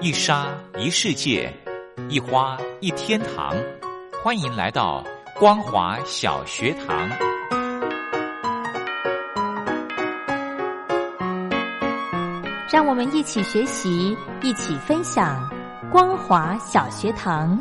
一沙一世界，一花一天堂。欢迎来到光华小学堂。 让我们一起学习，一起分享光华小学堂。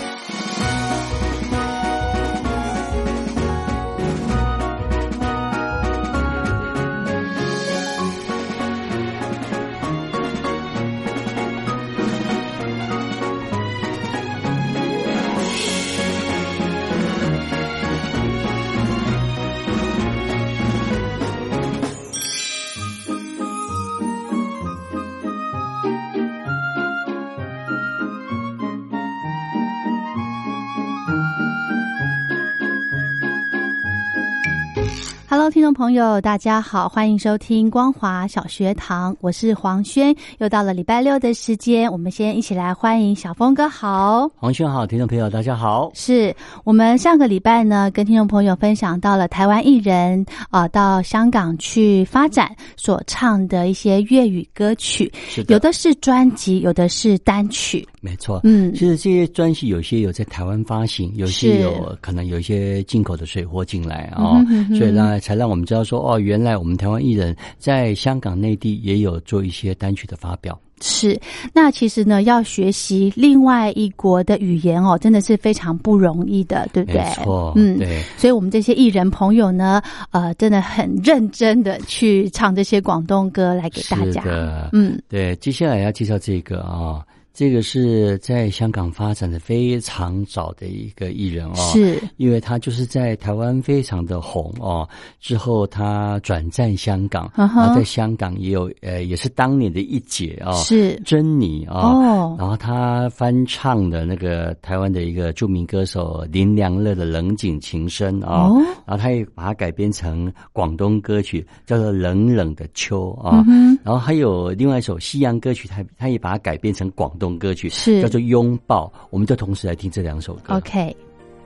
Hello， 听众朋友，大家好，欢迎收听光华小学堂，我是黄轩。又到了礼拜六的时间，我们先一起来欢迎小峰哥好。 黄轩好，听众朋友大家好。 是我们上个礼拜呢，跟听众朋友分享到了台湾艺人到香港去发展所唱的一些粤语歌曲，是的，有的是专辑，有的是单曲。 没错，其实这些专辑有些有在台湾发行，有些有可能有一些进口的水货进来所以呢才让我们知道说原来我们台湾艺人在香港内地也有做一些单曲的发表。 是，那其实呢，要学习另外一国的语言真的是非常不容易的，对不对？ 没错，对。 所以我们这些艺人朋友呢，真的很认真的去唱这些广东歌来给大家。 是的，对。接下来要介绍这个这个是在香港发展的非常早的一个艺人是， 因为他就是在台湾非常的红之后他转战香港，然后在香港也有也是当年的一姐是珍妮然后他翻唱的那个台湾的一个著名歌手林良乐的《冷井情深》然后他也把它改编成广东歌曲，叫做《冷冷的秋》然后还有另外一首西洋歌曲，他也把它改编成广东歌曲，是叫做《拥抱》。我们就同时来听这两首歌。 OK。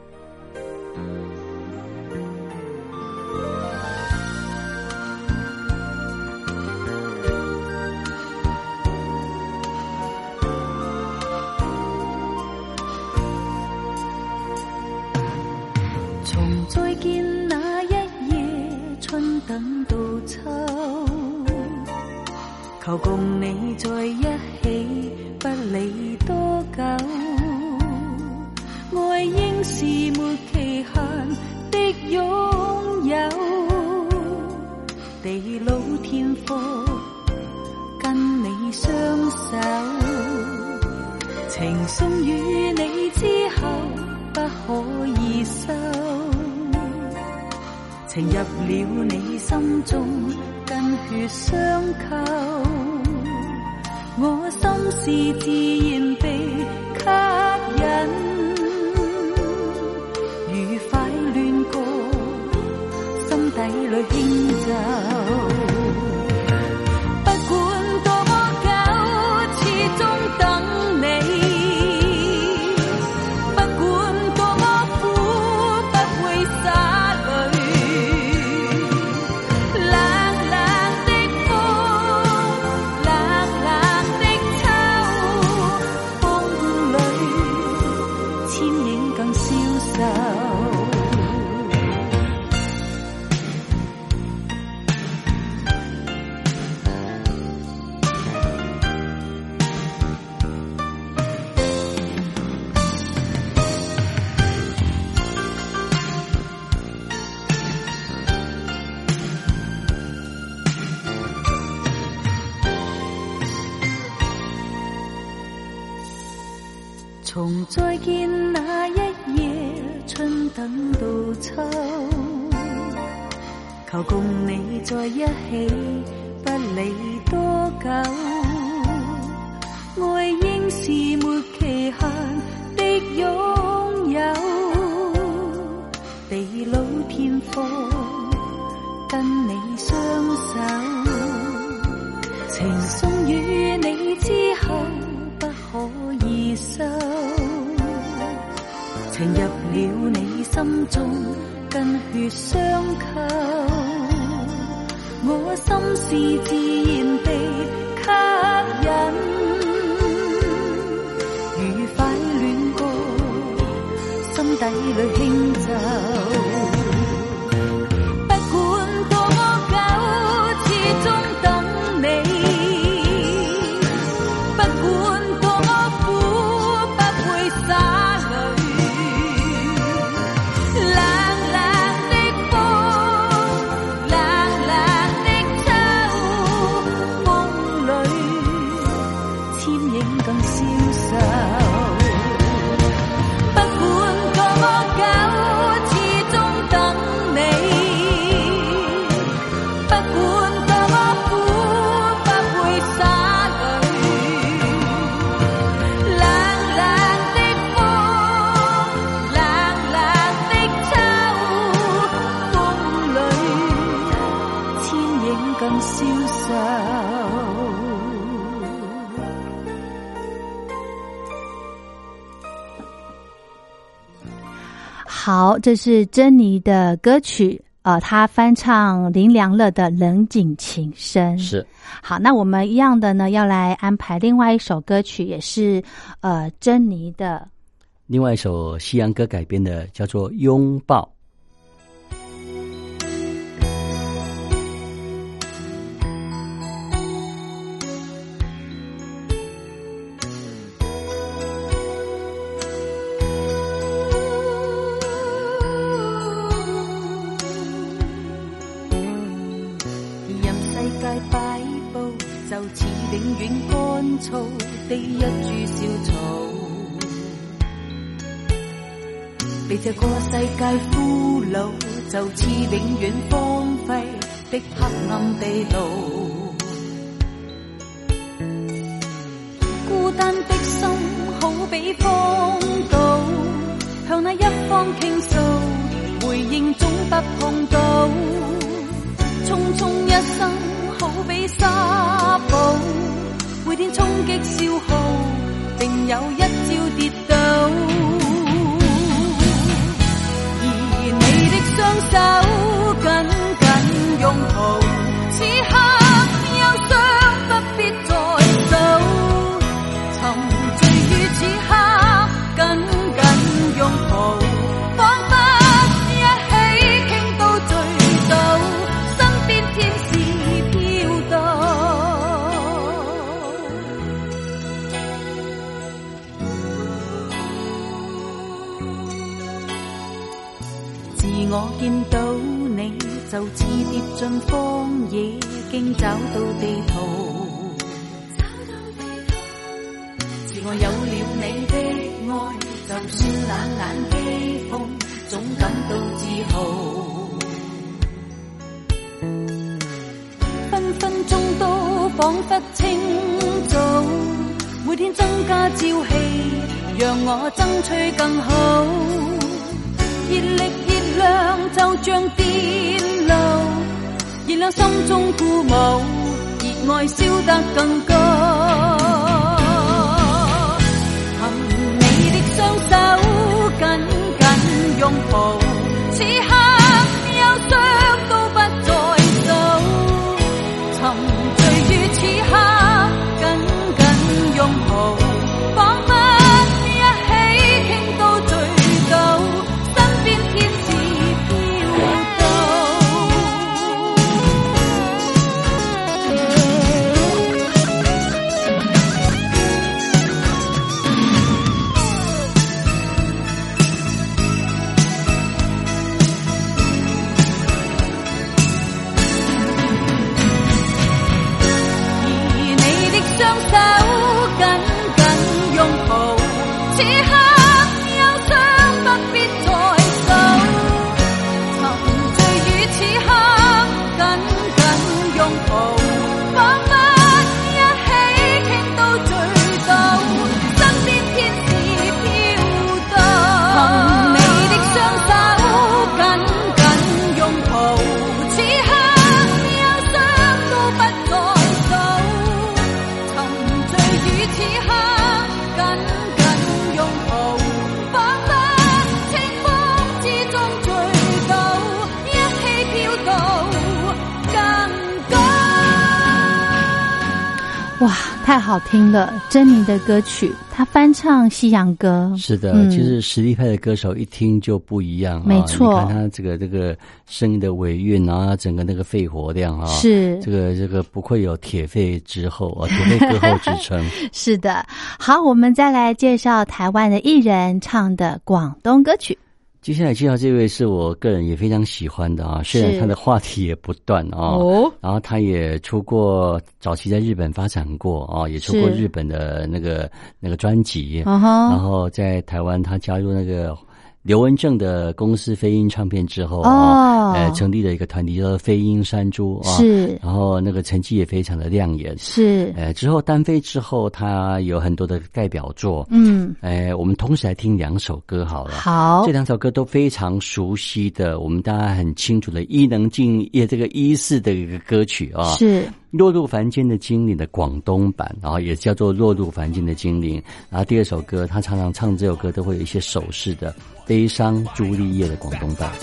從再見那一夜，春等到秋，求共你在一起，不理多久。愛應是沒期限的擁有，地老天荒跟你相守，情送與你之後不可以收，情入了你心中跟血相扣，我心事自然被吸引，愉快亂過心底裏輕奏，不管多麼久始終等你，不管多麼苦不會灑淚，冷冷的風，冷冷的秋，風裏倩影更消瘦。從再見那一夜，春等到秋，求共你在一起，不理多久。愛應是沒期限的擁有，地老天荒跟你相守，情送與你之後不可以收，情入了你心中跟血相扣，我心事自然被吸引， 里輕奏。不管多麼久，始終等你。不管多麼苦，不會灑淚。冷冷的風，冷冷的秋，風裏倩影更消瘦。 好，这是珍妮的歌曲，她翻唱林良乐的《冷井情深》。 是。 好，那我们一样的呢，要来安排另外一首歌曲，也是珍妮的另外一首西洋歌改编的，叫做《拥抱》。 永遠乾燥的一株小草，被這個世界俘虜，就似永遠荒廢的黑暗地牢。孤單的心好比荒島，向那一方傾訴，回應總不碰到。匆匆一生好比沙堡，每天衝擊消耗，定有一朝跌倒。而你的雙手緊緊擁抱，此刻憂傷不必再數，沉醉於此刻緊緊擁抱，彷彿一起傾到醉倒，身邊天使飄到。自我見到你，就似跌進荒野，經找到地圖。自我有了你的愛，就算冷冷的風，總感到自豪。分分鐘都彷彿清早，每天增加朝氣，讓我爭取更好。熱力熱量就像電流，熱量心中鼓舞，熱愛燒得更高。憑你的雙手緊緊擁抱，此刻憂傷都不再數，沉醉於此刻緊緊擁抱，彷彿一起傾到醉倒，身邊天使飄到。而哇，太好听了！珍妮的歌曲，她翻唱西洋歌。 是的，其实实力派的歌手一听就不一样， 没错。 你看他这个声音的尾韵，然后整个那个肺活量啊， 是这个不愧有铁肺之后啊，铁肺歌后之称。 是的，好，我们再来介绍台湾的艺人唱的广东歌曲。 接下来介绍这位是我个人也非常喜欢的啊，虽然他的话题也不断啊，然后他也出过早期在日本发展过啊，也出过日本的那个专辑，然后在台湾他加入那个刘文正的公司飞鹰唱片之后成立了一个团体叫做飞鹰山猪啊，是，然后那个成绩也非常的亮眼，是，之后单飞之后，他有很多的代表作，我们同时来听2首歌好了，好，这2首歌都非常熟悉的，我们大家很清楚的伊能静业这个14的一个歌曲啊，是。落入凡间的精灵的广东版，然后也叫做落入凡间的精灵。然后第2首歌，他常常唱这首歌都会有一些手势的，悲伤朱丽叶的广东版。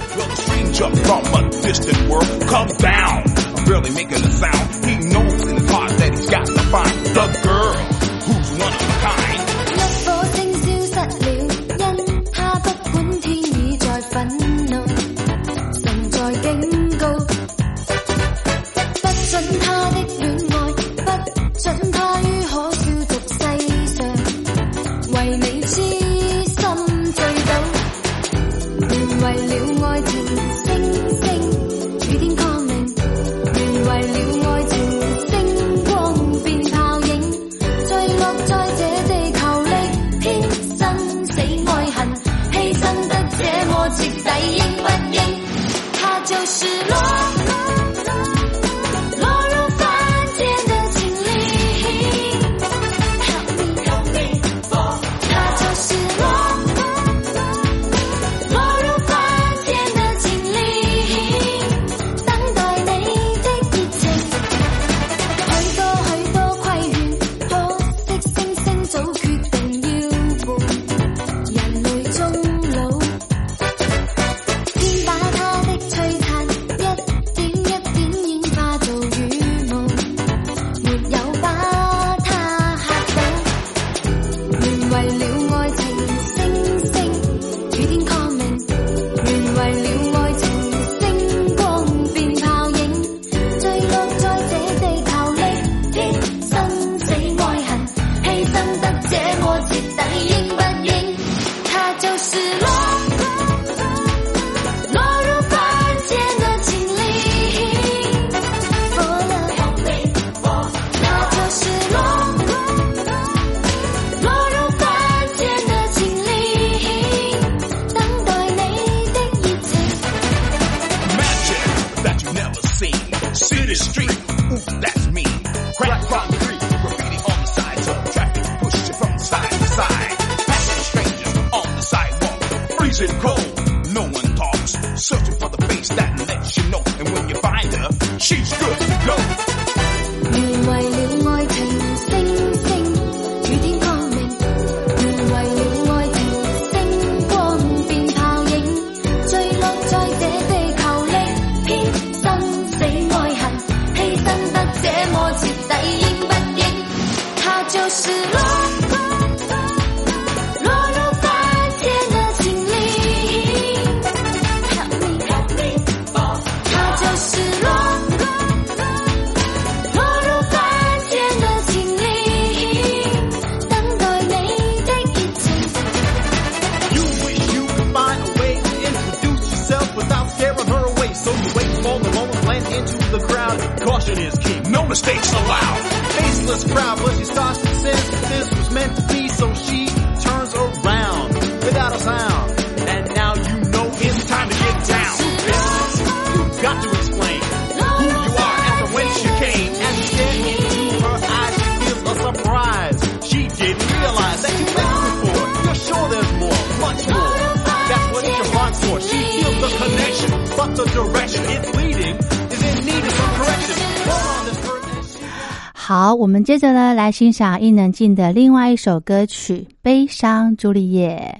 好，我们接着呢来欣赏伊能静的另外一首歌曲《悲伤朱丽叶》。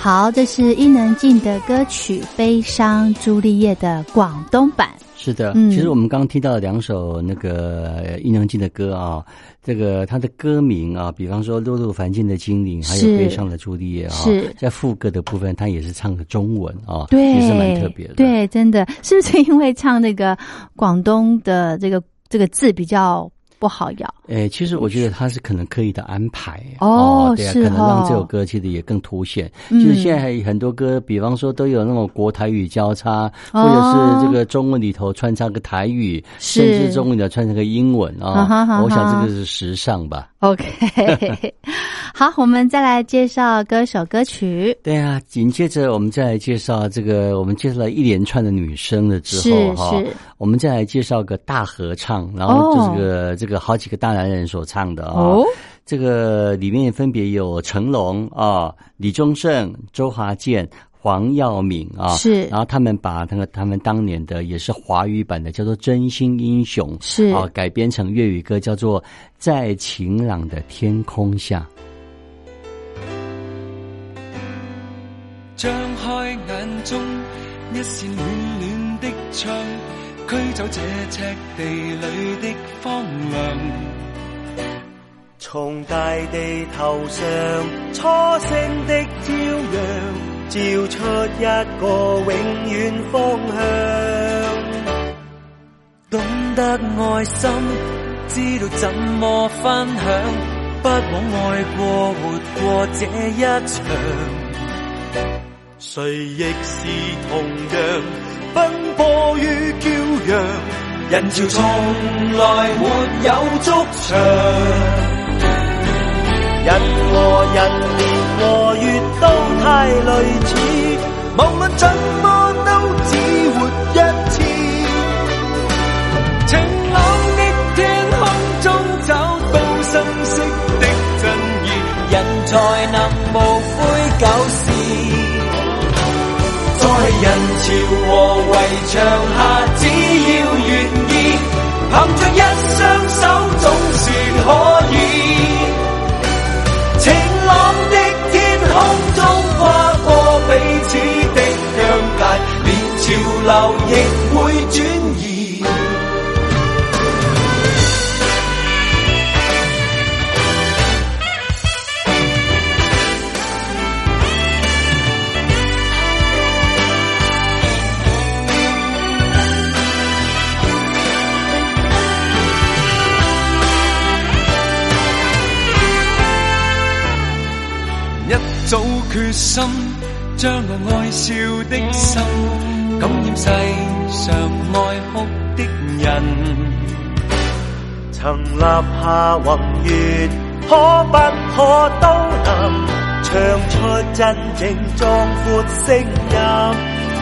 好，这是伊能静的歌曲《悲伤朱丽叶》的广东版。 是的，其实我们刚刚听到两首那个伊能静的歌啊，这个它的歌名啊，比方说《落入凡间的精灵》，还有《悲伤的朱丽叶》啊，是在副歌的部分，它也是唱的中文啊，对，也是蛮特别的。 对，真的是不是因为唱那个广东的这个字比较不好咬？ 其实我觉得他是可能刻意的安排对啊， 是可能让这首歌其实也更凸显。就是现在还有很多歌，比方说都有那种国台语交叉，或者是这个中文里头穿插个台语，甚至中文里头穿插个英文啊。我想这个是时尚吧。 OK， 好，我们再来介绍歌手歌曲。 对啊，紧接着我们再来介绍这个，我们介绍了一连串的女生了之后是我们再来介绍个大合唱，然后就是这个好几个大男人所唱的这个里面分别有成龙李宗盛、周华健、黄耀明是，然后他们把他们当年的也是华语版的叫做《真心英雄》是改编成粤语歌，叫做《在晴朗的天空下》。 張開眼中一扇暖暖的窗，驅走這赤地裏的荒涼。 從大地頭上初升的朝陽，照出一個永遠方向。 懂得愛心，知道怎麼分享，不枉愛過活過這一場。 誰亦是同樣奔波於驕陽， 人潮從來沒有築牆。 人和人年和月都太類似，無論怎麼都只活一次。 晴朗的天空中找到生息的真意，人才能無悔舊事。在人潮和圍牆下，只要願意，憑着一雙手總是可以。晴朗的天空中跨過彼此的疆界，連潮流亦會轉移。早決心將我愛笑的心感染世上愛哭的人。 曾立下宏願，可不可都能唱出真正壯闊聲音？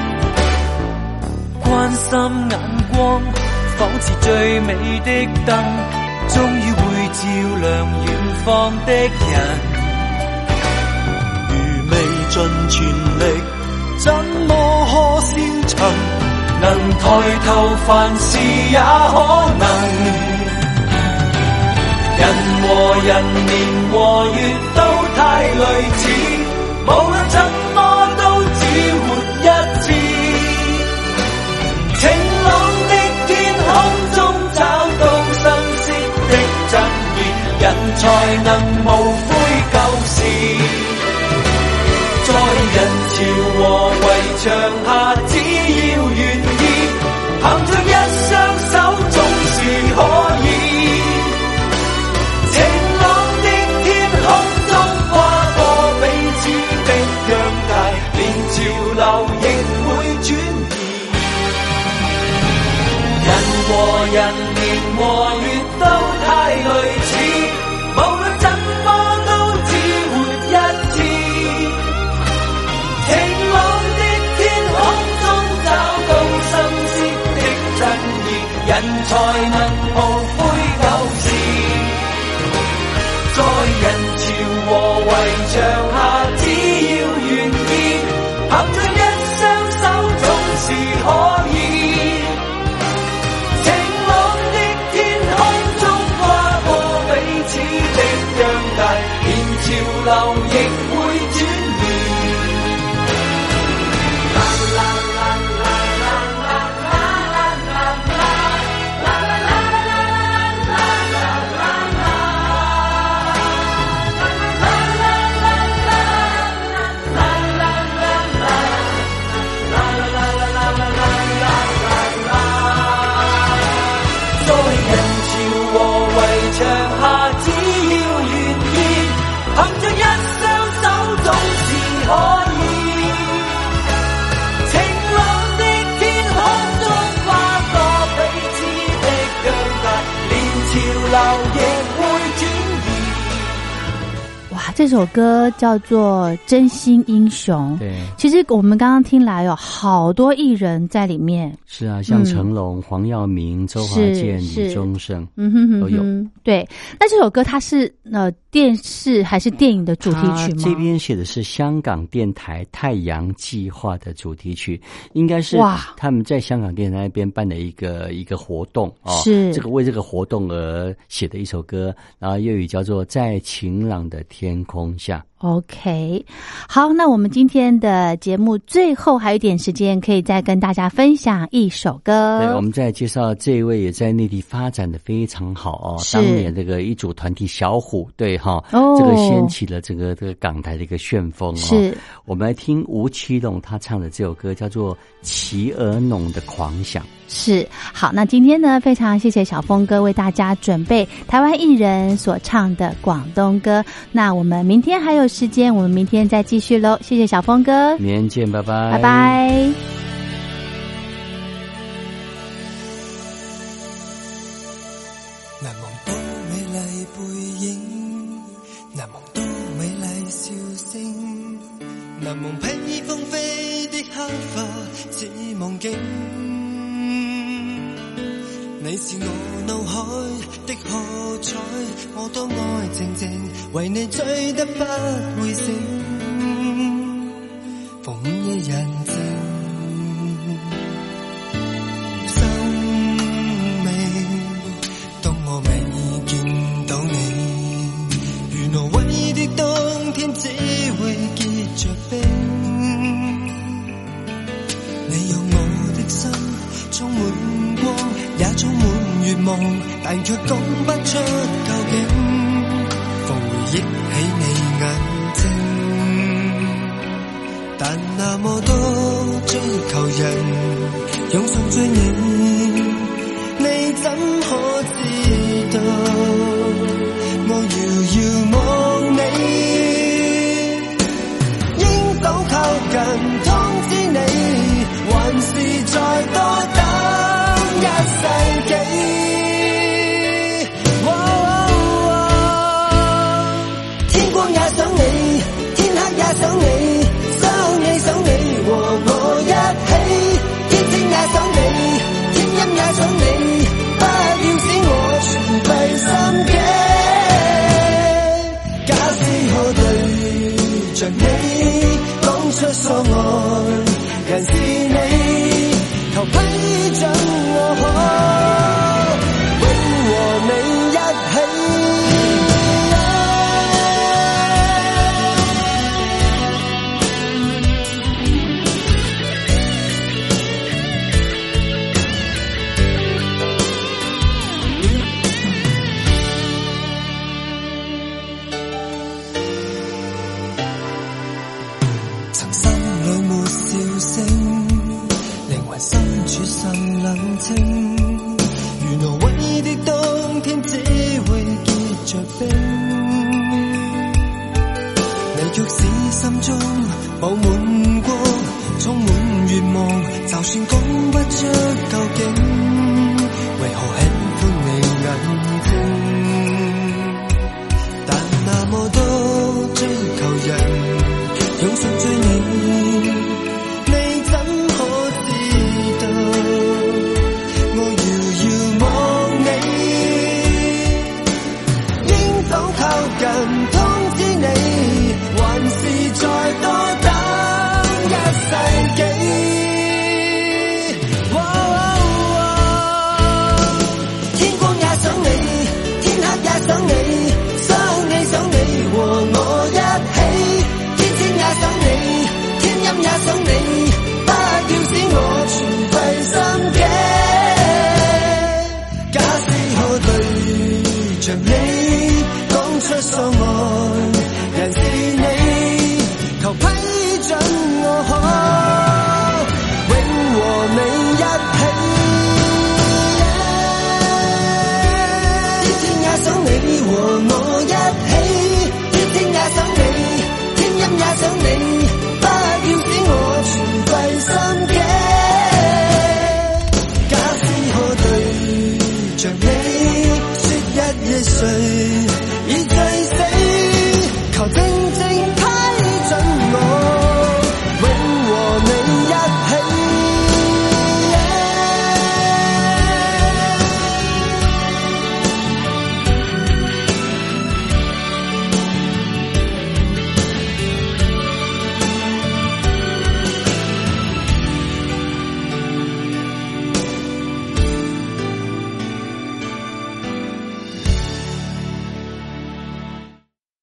關心眼光仿似最美的燈，終於會照亮遠方的人。 盡全力，怎麼可先塵？ 能抬頭，凡事也可能。人和人，年和月都太類似，無論怎麼都只活一次。晴朗的天空中找到生息的真義，人才能無悔舊事。在人潮和圍牆下，只要願意，憑着一雙手總是可以。晴朗的天空中跨過彼此的疆界，連潮流亦會轉移。人和人，年和月都太類似，無論怎麼都只活一次。晴朗的天空中找到生息的真義，人才能無悔舊事。在人潮和圍牆下，只要願意，憑着一雙手總是可以。晴朗的天空中跨過彼此的疆界，連潮流亦會轉移。 亦會轉移。 哇，这首歌叫做《真心英雄》。 对， 其实我们刚刚听来有好多艺人在里面。 是啊，像成龙、黄耀明、周华健、李宗盛，都有。 对，那这首歌它是电视还是电影的主题曲吗？ 这边写的是香港电台太阳计划的主题曲，应该是他们在香港电台那边办的一个活动哦，是这个为这个活动而写的一首歌，然后粤语叫做《在晴朗的天空下》。 OK， 好，那我们今天的节目最后还有一点时间，可以再跟大家分享一首歌。 对，我们再介绍这一位也在内地发展的非常好哦，当年这个一组团体小虎队哈，这个掀起了这个港台的一个旋风哦。是，我们来听吴奇隆他唱的这首歌叫做《齐尔农的狂想》。 是，好，那今天呢，非常谢谢小峰哥为大家准备台湾艺人所唱的广东歌。那我们明天还有时间，我们明天再继续咯。谢谢小峰哥， 明天见，拜拜， 拜拜。 難忘多美麗背影，難忘多美麗笑聲，難忘披風飛的黑髮似夢境。你是我腦海的喝彩，我多愛靜靜，為你追得不會醒，逢午夜人靜，生命當我未見到你，如挪威的冬天只會結着冰，你有我的心充滿光，也充滿願望，但卻講不出究竟。逢回憶起你眼睛，但那麼多追求人湧上追你，你怎可知道？我遙遙望你，應否靠近通知你，還是再多等一世紀？天光也想你，天黑也想你，想你想你和我一起，天晴也想你，天陰也想你，不要使我全閉心機。假使可對着你講出所愛，人是你，求批准我可永和你一起。曾心裏沒笑聲，靈魂深處甚冷清，如挪威的冬天只會結着冰，你若是心中佈滿光，充滿願望，就算講不出究竟，為何喜歡你眼睛？但那麼多追求人湧上追你，你怎可知道？我遙遙望你，應否靠近通知你，還是再多等一世紀？天光也想你，天黑也想你，想你想你和我一起，天晴也想你，天陰也想你，不要使我全閉心機。假使可對着你講出所愛，人是你，求批准我可永和你一起。天天也想你和我一起，天晴也想你，天陰也想你，不要使我全閉心機。假使可對着你說一夜睡。